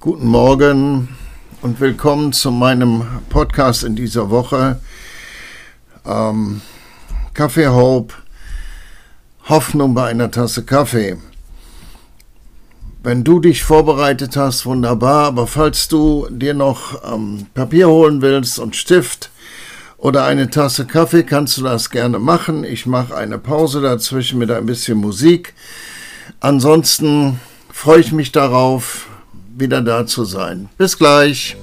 Guten Morgen und willkommen zu meinem Podcast in dieser Woche. Kaffee Hope, Hoffnung bei einer Tasse Kaffee. Wenn du dich vorbereitet hast, wunderbar, aber falls du dir noch Papier holen willst und Stift oder eine Tasse Kaffee, kannst du das gerne machen. Ich mache eine Pause dazwischen mit ein bisschen Musik. Ansonsten freue ich mich darauf, wieder da zu sein. Bis gleich.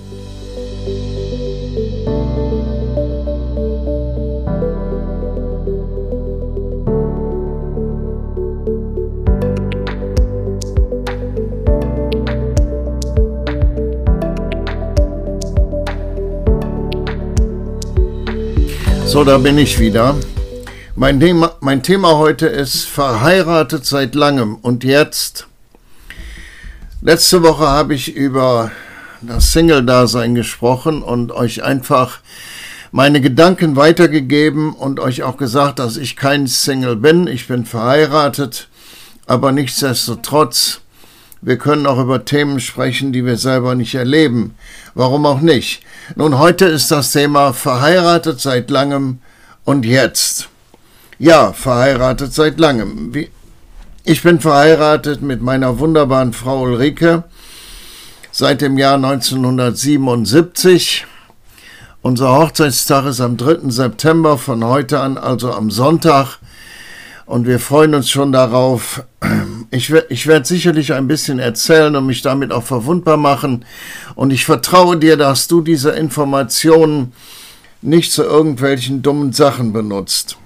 So, da bin ich wieder. Mein Thema heute ist verheiratet seit langem und jetzt. Letzte Woche habe ich über das Single-Dasein gesprochen und euch einfach meine Gedanken weitergegeben und euch auch gesagt, dass ich kein Single bin. Ich bin verheiratet, aber nichtsdestotrotz, wir können auch über Themen sprechen, die wir selber nicht erleben. Warum auch nicht? Nun, heute ist das Thema verheiratet seit langem und jetzt. Ja, verheiratet seit langem. Ich bin verheiratet mit meiner wunderbaren Frau Ulrike seit dem Jahr 1977. Unser Hochzeitstag ist am 3. September von heute an, also am Sonntag. Und wir freuen uns schon darauf. Ich werde sicherlich ein bisschen erzählen und mich damit auch verwundbar machen. Und ich vertraue dir, dass du diese Informationen nicht zu irgendwelchen dummen Sachen benutzt.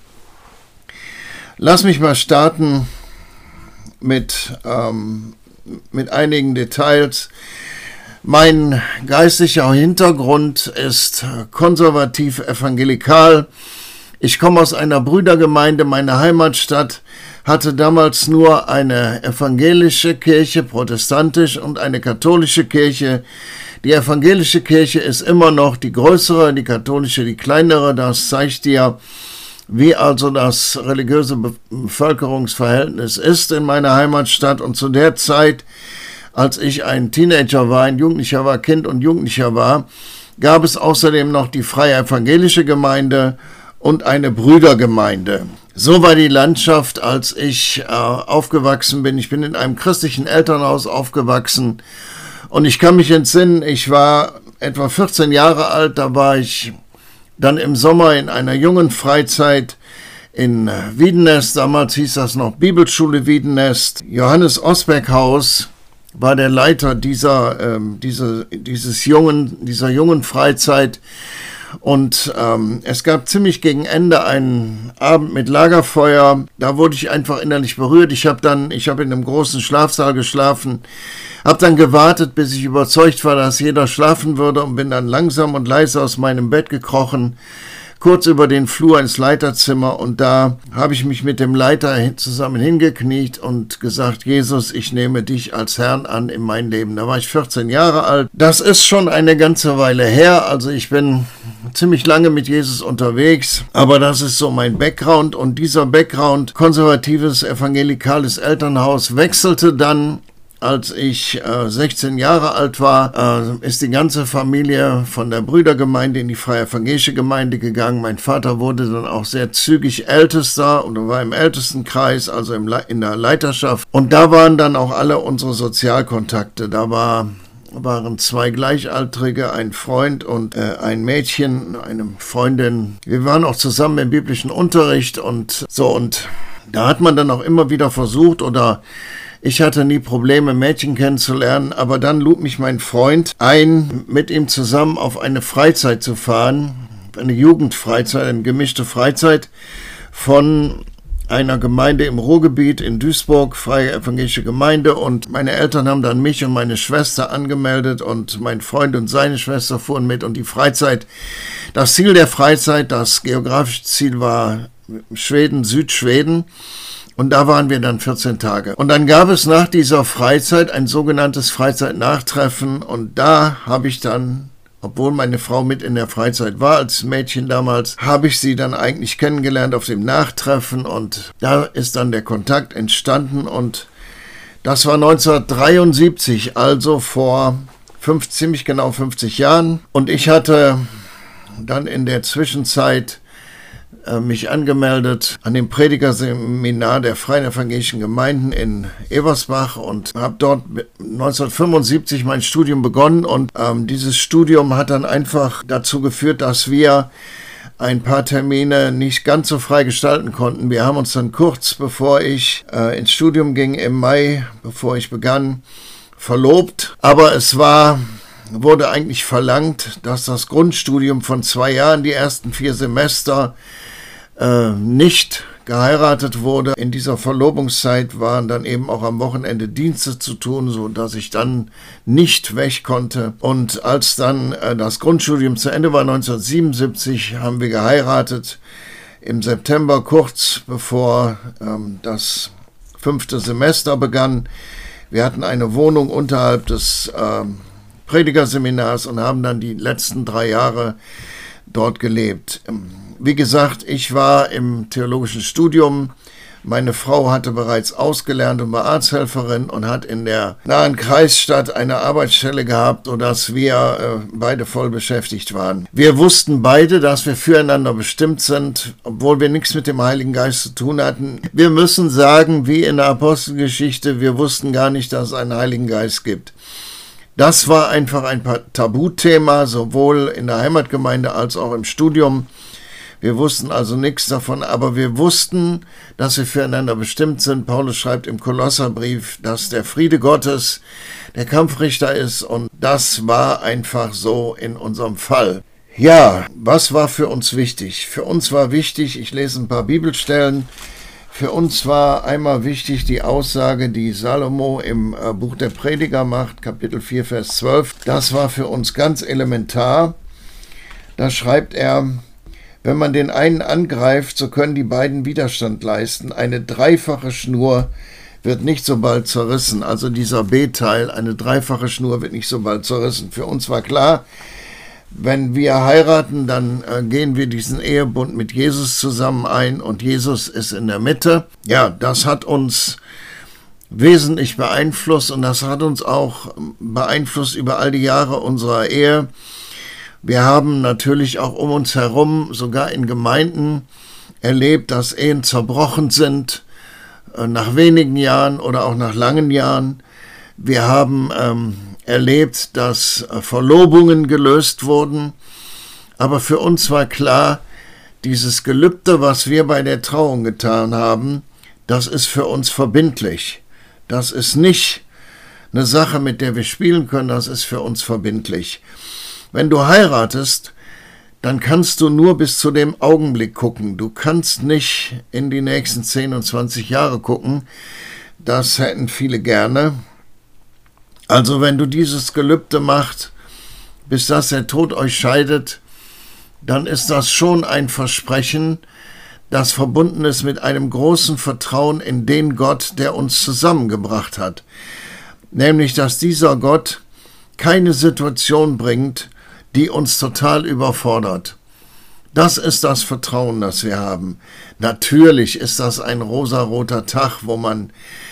Lass mich mal starten mit einigen Details. Mein geistlicher Hintergrund ist konservativ evangelikal. Ich komme aus einer Brüdergemeinde. Meine Heimatstadt hatte damals nur eine evangelische Kirche, protestantisch, und eine katholische Kirche. Die evangelische Kirche ist immer noch die größere, die katholische die kleinere. Das zeigt dir, wie also das religiöse Bevölkerungsverhältnis ist in meiner Heimatstadt. Und zu der Zeit, als ich ein Teenager war, ein Jugendlicher war, Kind und Jugendlicher war, gab es außerdem noch die Freie Evangelische Gemeinde und eine Brüdergemeinde. So war die Landschaft, als ich aufgewachsen bin. Ich bin in einem christlichen Elternhaus aufgewachsen und ich kann mich entsinnen, ich war etwa 14 Jahre alt, da war ich dann im Sommer in einer Jugendfreizeit in Wiedenest, damals hieß das noch Bibelschule Wiedenest. Johannes Osbeck-Haus war der Leiter dieser Jugendfreizeit. Und es gab ziemlich gegen Ende einen Abend mit Lagerfeuer. Da wurde ich einfach innerlich berührt. Ich habe in einem großen Schlafsaal geschlafen, habe dann gewartet, bis ich überzeugt war, dass jeder schlafen würde, und bin dann langsam und leise aus meinem Bett gekrochen, kurz über den Flur ins Leiterzimmer, und da habe ich mich mit dem Leiter zusammen hingekniet und gesagt: Jesus, ich nehme dich als Herrn an in mein Leben. Da war ich 14 Jahre alt. Das ist schon eine ganze Weile her, also ich bin ziemlich lange mit Jesus unterwegs, aber das ist so mein Background, und dieser Background, konservatives, evangelikales Elternhaus, wechselte dann. Als ich 16 Jahre alt war, ist die ganze Familie von der Brüdergemeinde in die Freie Evangelische Gemeinde gegangen. Mein Vater wurde dann auch sehr zügig Ältester und war im Ältestenkreis, also in der Leiterschaft. Und da waren dann auch alle unsere Sozialkontakte. Da waren zwei Gleichaltrige, ein Freund und ein Mädchen, eine Freundin. Wir waren auch zusammen im biblischen Unterricht und so. Und da hat man dann auch immer wieder versucht, oder ich hatte nie Probleme, Mädchen kennenzulernen, aber dann lud mich mein Freund ein, mit ihm zusammen auf eine Freizeit zu fahren, eine Jugendfreizeit, eine gemischte Freizeit von einer Gemeinde im Ruhrgebiet in Duisburg, Freie Evangelische Gemeinde, und meine Eltern haben dann mich und meine Schwester angemeldet und mein Freund und seine Schwester fuhren mit, und die Freizeit, das Ziel der Freizeit, das geografische Ziel war Schweden, Südschweden. Und da waren wir dann 14 Tage. Und dann gab es nach dieser Freizeit ein sogenanntes Freizeitnachtreffen. Und da habe ich dann, obwohl meine Frau mit in der Freizeit war als Mädchen damals, habe ich sie dann eigentlich kennengelernt auf dem Nachtreffen. Und da ist dann der Kontakt entstanden. Und Das war 1973, also vor ziemlich genau 50 Jahren. Und ich hatte dann in der Zwischenzeit mich angemeldet an dem Predigerseminar der Freien Evangelischen Gemeinden in Eversbach und habe dort 1975 mein Studium begonnen. Und dieses Studium hat dann einfach dazu geführt, dass wir ein paar Termine nicht ganz so frei gestalten konnten. Wir haben uns dann kurz bevor ich ins Studium ging, im Mai, bevor ich begann, verlobt. Aber es wurde eigentlich verlangt, dass das Grundstudium von 2 Jahren, die ersten 4 Semester, nicht geheiratet wurde. In dieser Verlobungszeit waren dann eben auch am Wochenende Dienste zu tun, so dass ich dann nicht weg konnte. Und als dann das Grundstudium zu Ende war, 1977, haben wir geheiratet. Im September, kurz bevor das 5. Semester begann. Wir hatten eine Wohnung unterhalb des Predigerseminars und haben dann die letzten 3 Jahre dort gelebt. Wie gesagt, ich war im theologischen Studium. Meine Frau hatte bereits ausgelernt und war Arzthelferin und hat in der nahen Kreisstadt eine Arbeitsstelle gehabt, sodass wir beide voll beschäftigt waren. Wir wussten beide, dass wir füreinander bestimmt sind, obwohl wir nichts mit dem Heiligen Geist zu tun hatten. Wir müssen sagen, wie in der Apostelgeschichte, wir wussten gar nicht, dass es einen Heiligen Geist gibt. Das war einfach ein Tabuthema, sowohl in der Heimatgemeinde als auch im Studium. Wir wussten also nichts davon, aber wir wussten, dass wir füreinander bestimmt sind. Paulus schreibt im Kolosserbrief, dass der Friede Gottes der Kampfrichter ist, und das war einfach so in unserem Fall. Ja, was war für uns wichtig? Für uns war wichtig, ich lese ein paar Bibelstellen, für uns war einmal wichtig die Aussage, die Salomo im Buch der Prediger macht, Kapitel 4, Vers 12. Das war für uns ganz elementar. Da schreibt er: Wenn man den einen angreift, so können die beiden Widerstand leisten. Eine dreifache Schnur wird nicht so bald zerrissen. Also dieser B-Teil, eine dreifache Schnur wird nicht so bald zerrissen. Für uns war klar, wenn wir heiraten, dann gehen wir diesen Ehebund mit Jesus zusammen ein und Jesus ist in der Mitte. Ja, das hat uns wesentlich beeinflusst und das hat uns auch beeinflusst über all die Jahre unserer Ehe. Wir haben natürlich auch um uns herum, sogar in Gemeinden, erlebt, dass Ehen zerbrochen sind, nach wenigen Jahren oder auch nach langen Jahren. Wir haben erlebt, dass Verlobungen gelöst wurden. Aber für uns war klar, dieses Gelübde, was wir bei der Trauung getan haben, das ist für uns verbindlich. Das ist nicht eine Sache, mit der wir spielen können, das ist für uns verbindlich. Wenn du heiratest, dann kannst du nur bis zu dem Augenblick gucken. Du kannst nicht in die nächsten 10 und 20 Jahre gucken. Das hätten viele gerne. Also wenn du dieses Gelübde machst, bis dass der Tod euch scheidet, dann ist das schon ein Versprechen, das verbunden ist mit einem großen Vertrauen in den Gott, der uns zusammengebracht hat. Nämlich, dass dieser Gott keine Situation bringt, die uns total überfordert. Das ist das Vertrauen, das wir haben. Natürlich ist das ein rosaroter Tag, wo man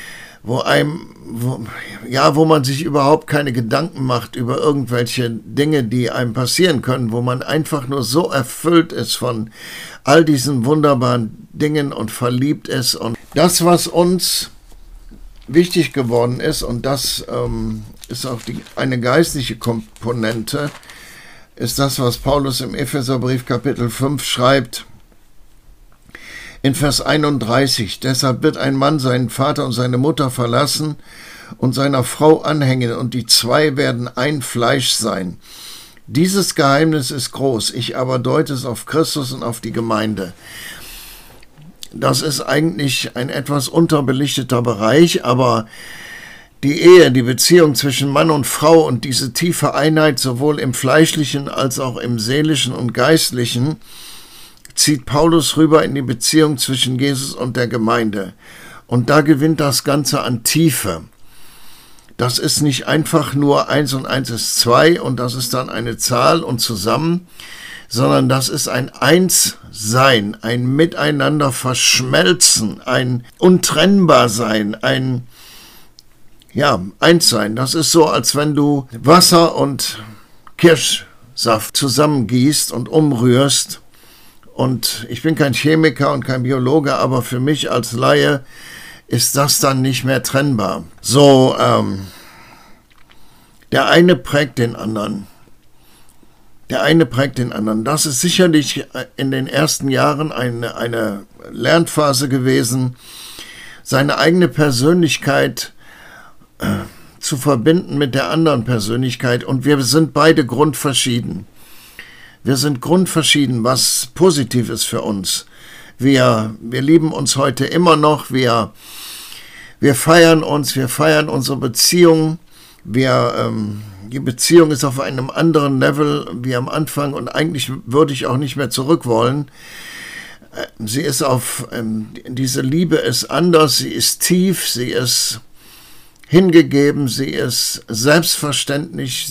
sich überhaupt keine Gedanken macht über irgendwelche Dinge, die einem passieren können, wo man einfach nur so erfüllt ist von all diesen wunderbaren Dingen und verliebt ist. Und das, was uns wichtig geworden ist, und das ist auch eine geistliche Komponente, ist das, was Paulus im Epheserbrief Kapitel 5 schreibt, in Vers 31, deshalb wird ein Mann seinen Vater und seine Mutter verlassen und seiner Frau anhängen, und die zwei werden ein Fleisch sein. Dieses Geheimnis ist groß, ich aber deute es auf Christus und auf die Gemeinde. Das ist eigentlich ein etwas unterbelichteter Bereich, aber die Ehe, die Beziehung zwischen Mann und Frau und diese tiefe Einheit sowohl im Fleischlichen als auch im seelischen und geistlichen zieht Paulus rüber in die Beziehung zwischen Jesus und der Gemeinde. Und da gewinnt das Ganze an Tiefe. Das ist nicht einfach nur 1 und 1 ist 2 und das ist dann eine Zahl und zusammen, sondern das ist ein Einssein, ein Miteinander verschmelzen, ein Untrennbarsein, ein ja, eins sein. Das ist so, als wenn du Wasser und Kirschsaft zusammengießt und umrührst. Und ich bin kein Chemiker und kein Biologe, aber für mich als Laie ist das dann nicht mehr trennbar. So, der eine prägt den anderen. Der eine prägt den anderen. Das ist sicherlich in den ersten Jahren eine Lernphase gewesen, seine eigene Persönlichkeit zu verbinden mit der anderen Persönlichkeit. Und wir sind beide grundverschieden. Wir sind grundverschieden, was positiv ist für uns. Wir lieben uns heute immer noch. Wir feiern uns, wir feiern unsere Beziehung. Die Beziehung ist auf einem anderen Level wie am Anfang und eigentlich würde ich auch nicht mehr zurück wollen. Sie ist diese Liebe ist anders, sie ist tief, sie ist hingegeben, sie ist selbstverständlich,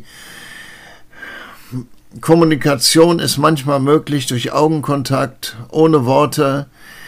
Kommunikation ist manchmal möglich durch Augenkontakt, ohne Worte.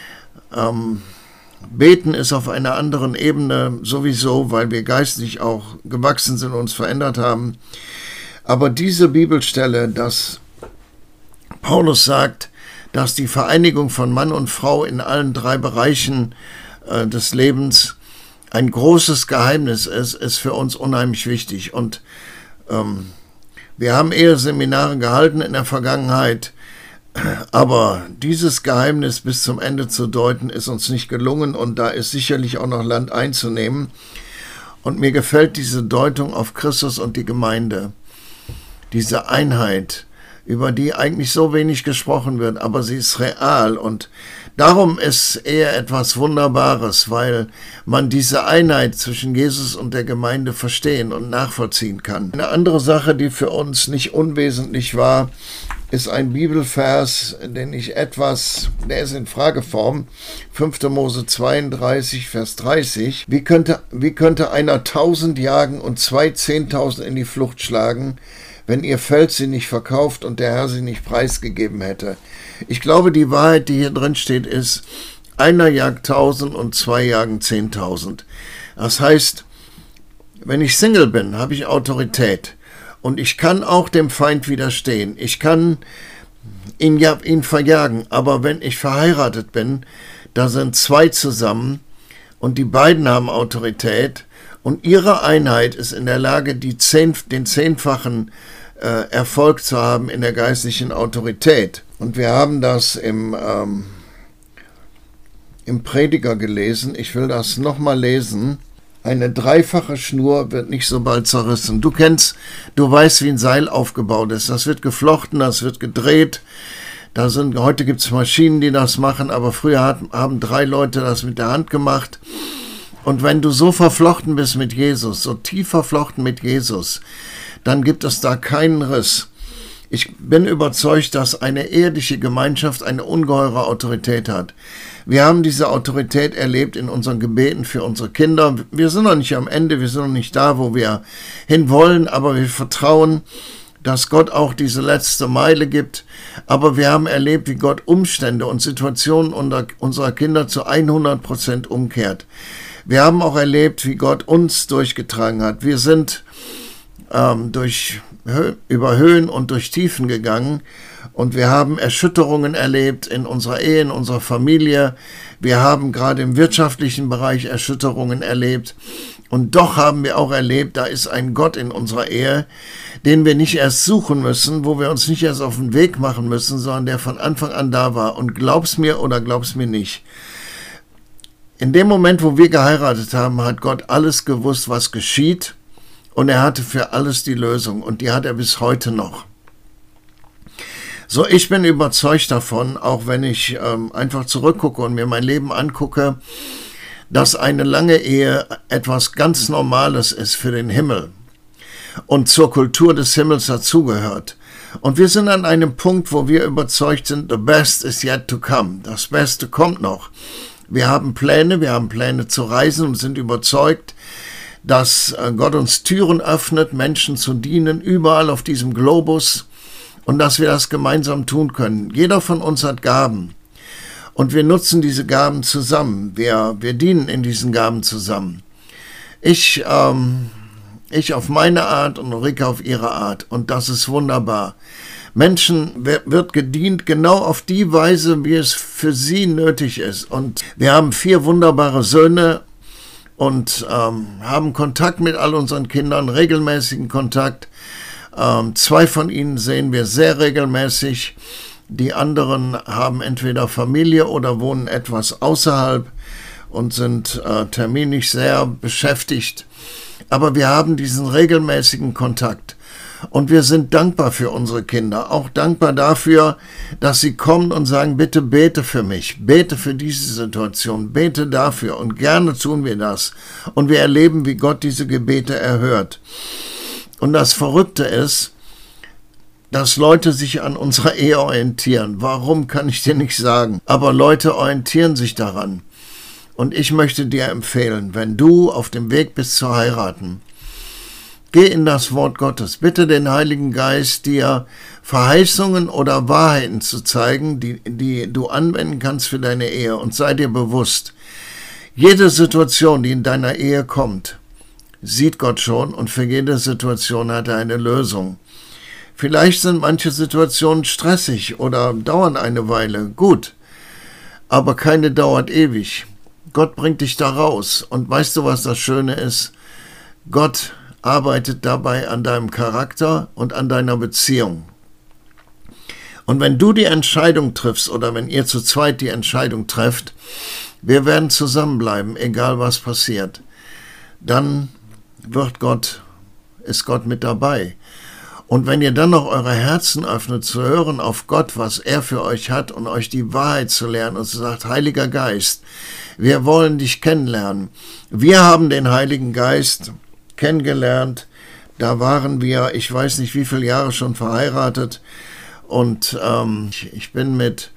Beten ist auf einer anderen Ebene sowieso, weil wir geistlich auch gewachsen sind und uns verändert haben. Aber diese Bibelstelle, dass Paulus sagt, dass die Vereinigung von Mann und Frau in allen 3 Bereichen des Lebens ein großes Geheimnis ist für uns unheimlich wichtig. Und wir haben Eheseminare gehalten in der Vergangenheit, aber dieses Geheimnis bis zum Ende zu deuten, ist uns nicht gelungen und da ist sicherlich auch noch Land einzunehmen. Und mir gefällt diese Deutung auf Christus und die Gemeinde, diese Einheit, über die eigentlich so wenig gesprochen wird, aber sie ist real und darum ist eher etwas Wunderbares, weil man diese Einheit zwischen Jesus und der Gemeinde verstehen und nachvollziehen kann. Eine andere Sache, die für uns nicht unwesentlich war, ist ein Bibelvers, der ist in Frageform, 5. Mose 32, Vers 30. Wie könnte einer 1000 jagen und 2 10.000 in die Flucht schlagen, wenn ihr Feld sie nicht verkauft und der Herr sie nicht preisgegeben hätte? Ich glaube, die Wahrheit, die hier drin steht, ist, einer jagt 1000 und 2 jagen 10.000. Das heißt, wenn ich Single bin, habe ich Autorität. Und ich kann auch dem Feind widerstehen. Ich kann ihn verjagen. Aber wenn ich verheiratet bin, da sind 2 zusammen und die beiden haben Autorität und ihre Einheit ist in der Lage, den 10-fachen Erfolg zu haben in der geistlichen Autorität. Und wir haben das im Prediger gelesen. Ich will das nochmal lesen. Eine 3-fache Schnur wird nicht so bald zerrissen. Du weißt, wie ein Seil aufgebaut ist. Das wird geflochten, das wird gedreht. Heute gibt es Maschinen, die das machen, aber früher haben 3 Leute das mit der Hand gemacht. Und wenn du so verflochten bist mit Jesus, so tief verflochten mit Jesus, dann gibt es da keinen Riss. Ich bin überzeugt, dass eine eheliche Gemeinschaft eine ungeheure Autorität hat. Wir haben diese Autorität erlebt in unseren Gebeten für unsere Kinder. Wir sind noch nicht am Ende, wir sind noch nicht da, wo wir hinwollen, aber wir vertrauen, dass Gott auch diese letzte Meile gibt. Aber wir haben erlebt, wie Gott Umstände und Situationen unserer Kinder zu 100% umkehrt. Wir haben auch erlebt, wie Gott uns durchgetragen hat. Wir sind über Höhen und durch Tiefen gegangen und wir haben Erschütterungen erlebt in unserer Ehe, in unserer Familie. Wir haben gerade im wirtschaftlichen Bereich Erschütterungen erlebt und doch haben wir auch erlebt, da ist ein Gott in unserer Ehe, den wir nicht erst suchen müssen, wo wir uns nicht erst auf den Weg machen müssen, sondern der von Anfang an da war. Und glaub's mir oder glaub's mir nicht. In dem Moment, wo wir geheiratet haben, hat Gott alles gewusst, was geschieht. Und er hatte für alles die Lösung und die hat er bis heute noch. So, ich bin überzeugt davon, auch wenn ich einfach zurückgucke und mir mein Leben angucke, dass eine lange Ehe etwas ganz Normales ist für den Himmel und zur Kultur des Himmels dazugehört. Und wir sind an einem Punkt, wo wir überzeugt sind, the best is yet to come. Das Beste kommt noch. Wir haben Pläne zu reisen und sind überzeugt, dass Gott uns Türen öffnet, Menschen zu dienen, überall auf diesem Globus und dass wir das gemeinsam tun können. Jeder von uns hat Gaben und wir nutzen diese Gaben zusammen. Wir dienen in diesen Gaben zusammen. Ich auf meine Art und Ulrike auf ihre Art. Und das ist wunderbar. Menschen wird gedient genau auf die Weise, wie es für sie nötig ist. Und wir haben 4 wunderbare Söhne und haben Kontakt mit all unseren Kindern, regelmäßigen Kontakt. 2 von ihnen sehen wir sehr regelmäßig. Die anderen haben entweder Familie oder wohnen etwas außerhalb und sind terminlich sehr beschäftigt. Aber wir haben diesen regelmäßigen Kontakt. Und wir sind dankbar für unsere Kinder, auch dankbar dafür, dass sie kommen und sagen, bitte bete für mich, bete für diese Situation, bete dafür. Und gerne tun wir das. Und wir erleben, wie Gott diese Gebete erhört. Und das Verrückte ist, dass Leute sich an unserer Ehe orientieren. Warum, kann ich dir nicht sagen. Aber Leute orientieren sich daran. Und ich möchte dir empfehlen, wenn du auf dem Weg bist zu heiraten, geh in das Wort Gottes. Bitte den Heiligen Geist, dir Verheißungen oder Wahrheiten zu zeigen, die du anwenden kannst für deine Ehe. Und sei dir bewusst, jede Situation, die in deiner Ehe kommt, sieht Gott schon und für jede Situation hat er eine Lösung. Vielleicht sind manche Situationen stressig oder dauern eine Weile, gut, aber keine dauert ewig. Gott bringt dich da raus. Und weißt du, was das Schöne ist? Gott arbeitet dabei an deinem Charakter und an deiner Beziehung. Und wenn du die Entscheidung triffst oder wenn ihr zu zweit die Entscheidung trefft, wir werden zusammenbleiben, egal was passiert, dann ist Gott mit dabei. Und wenn ihr dann noch eure Herzen öffnet, zu hören auf Gott, was er für euch hat und euch die Wahrheit zu lernen und zu sagt, Heiliger Geist, wir wollen dich kennenlernen. Wir haben den Heiligen Geist kennengelernt. Da waren wir, ich weiß nicht wie viele Jahre schon verheiratet. Und ich bin mit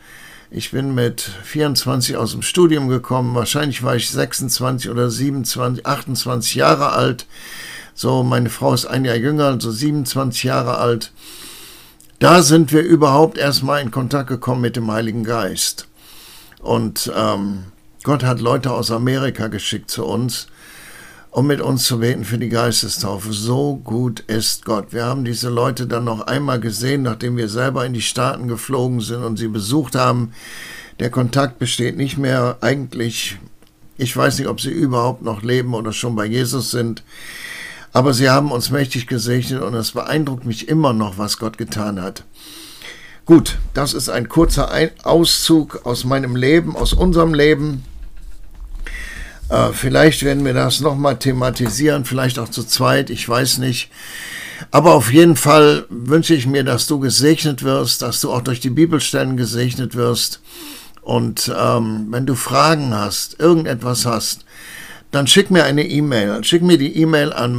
24 aus dem Studium gekommen. Wahrscheinlich war ich 26 oder 27, 28 Jahre alt. So, meine Frau ist ein Jahr jünger, also 27 Jahre alt. Da sind wir überhaupt erstmal in Kontakt gekommen mit dem Heiligen Geist. Und Gott hat Leute aus Amerika geschickt zu uns, um mit uns zu beten für die Geistestaufe. So gut ist Gott. Wir haben diese Leute dann noch einmal gesehen, nachdem wir selber in die Staaten geflogen sind und sie besucht haben. Der Kontakt besteht nicht mehr eigentlich. Ich weiß nicht, ob sie überhaupt noch leben oder schon bei Jesus sind. Aber sie haben uns mächtig gesegnet und es beeindruckt mich immer noch, was Gott getan hat. Gut, das ist ein kurzer Auszug aus meinem Leben, aus unserem Leben. Vielleicht werden wir das nochmal thematisieren, vielleicht auch zu zweit, ich weiß nicht. Aber auf jeden Fall wünsche ich mir, dass du gesegnet wirst, dass du auch durch die Bibelstellen gesegnet wirst. Und wenn du Fragen hast, irgendetwas hast, dann schick mir eine E-Mail. Schick mir die E-Mail an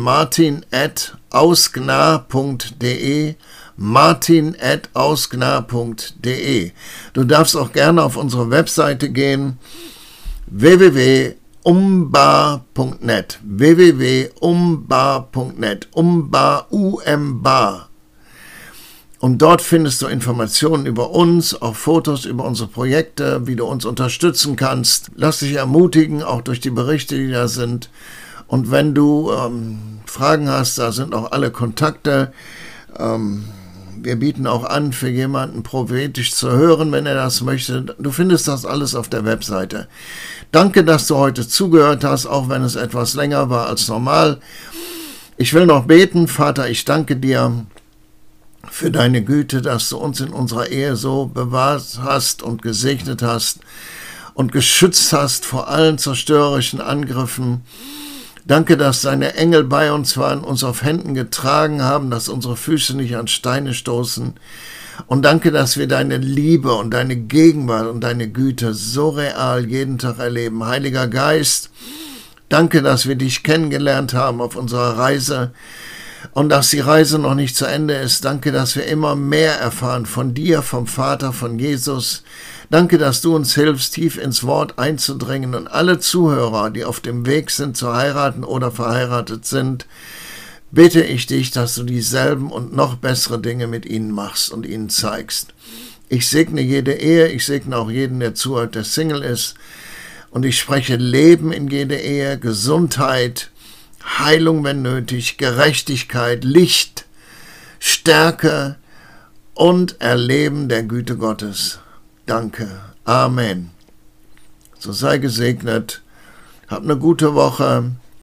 martin@ausgnar.de, martin@ausgnar.de. Du darfst auch gerne auf unsere Webseite gehen, www.umbar.net, www.umbar.net, umbar, umbar. Und dort findest du Informationen über uns, auch Fotos über unsere Projekte, wie du uns unterstützen kannst. Lass dich ermutigen, auch durch die Berichte, die da sind. Und wenn du Fragen hast, da sind auch alle Kontakte. Wir bieten auch an, für jemanden prophetisch zu hören, wenn er das möchte. Du findest das alles auf der Webseite. Danke, dass du heute zugehört hast, auch wenn es etwas länger war als normal. Ich will noch beten. Vater, ich danke dir für deine Güte, dass du uns in unserer Ehe so bewahrt hast und gesegnet hast und geschützt hast vor allen zerstörerischen Angriffen. Danke, dass deine Engel bei uns waren, uns auf Händen getragen haben, dass unsere Füße nicht an Steine stoßen. Und danke, dass wir deine Liebe und deine Gegenwart und deine Güte so real jeden Tag erleben. Heiliger Geist, danke, dass wir dich kennengelernt haben auf unserer Reise. Und dass die Reise noch nicht zu Ende ist. Danke, dass wir immer mehr erfahren von dir, vom Vater, von Jesus. Danke, dass du uns hilfst, tief ins Wort einzudringen. Und alle Zuhörer, die auf dem Weg sind zu heiraten oder verheiratet sind, bitte ich dich, dass du dieselben und noch bessere Dinge mit ihnen machst und ihnen zeigst. Ich segne jede Ehe, ich segne auch jeden, der zuhört, der Single ist. Und ich spreche Leben in jede Ehe, Gesundheit, Heilung, wenn nötig, Gerechtigkeit, Licht, Stärke und Erleben der Güte Gottes. Danke. Amen. So sei gesegnet. Hab eine gute Woche.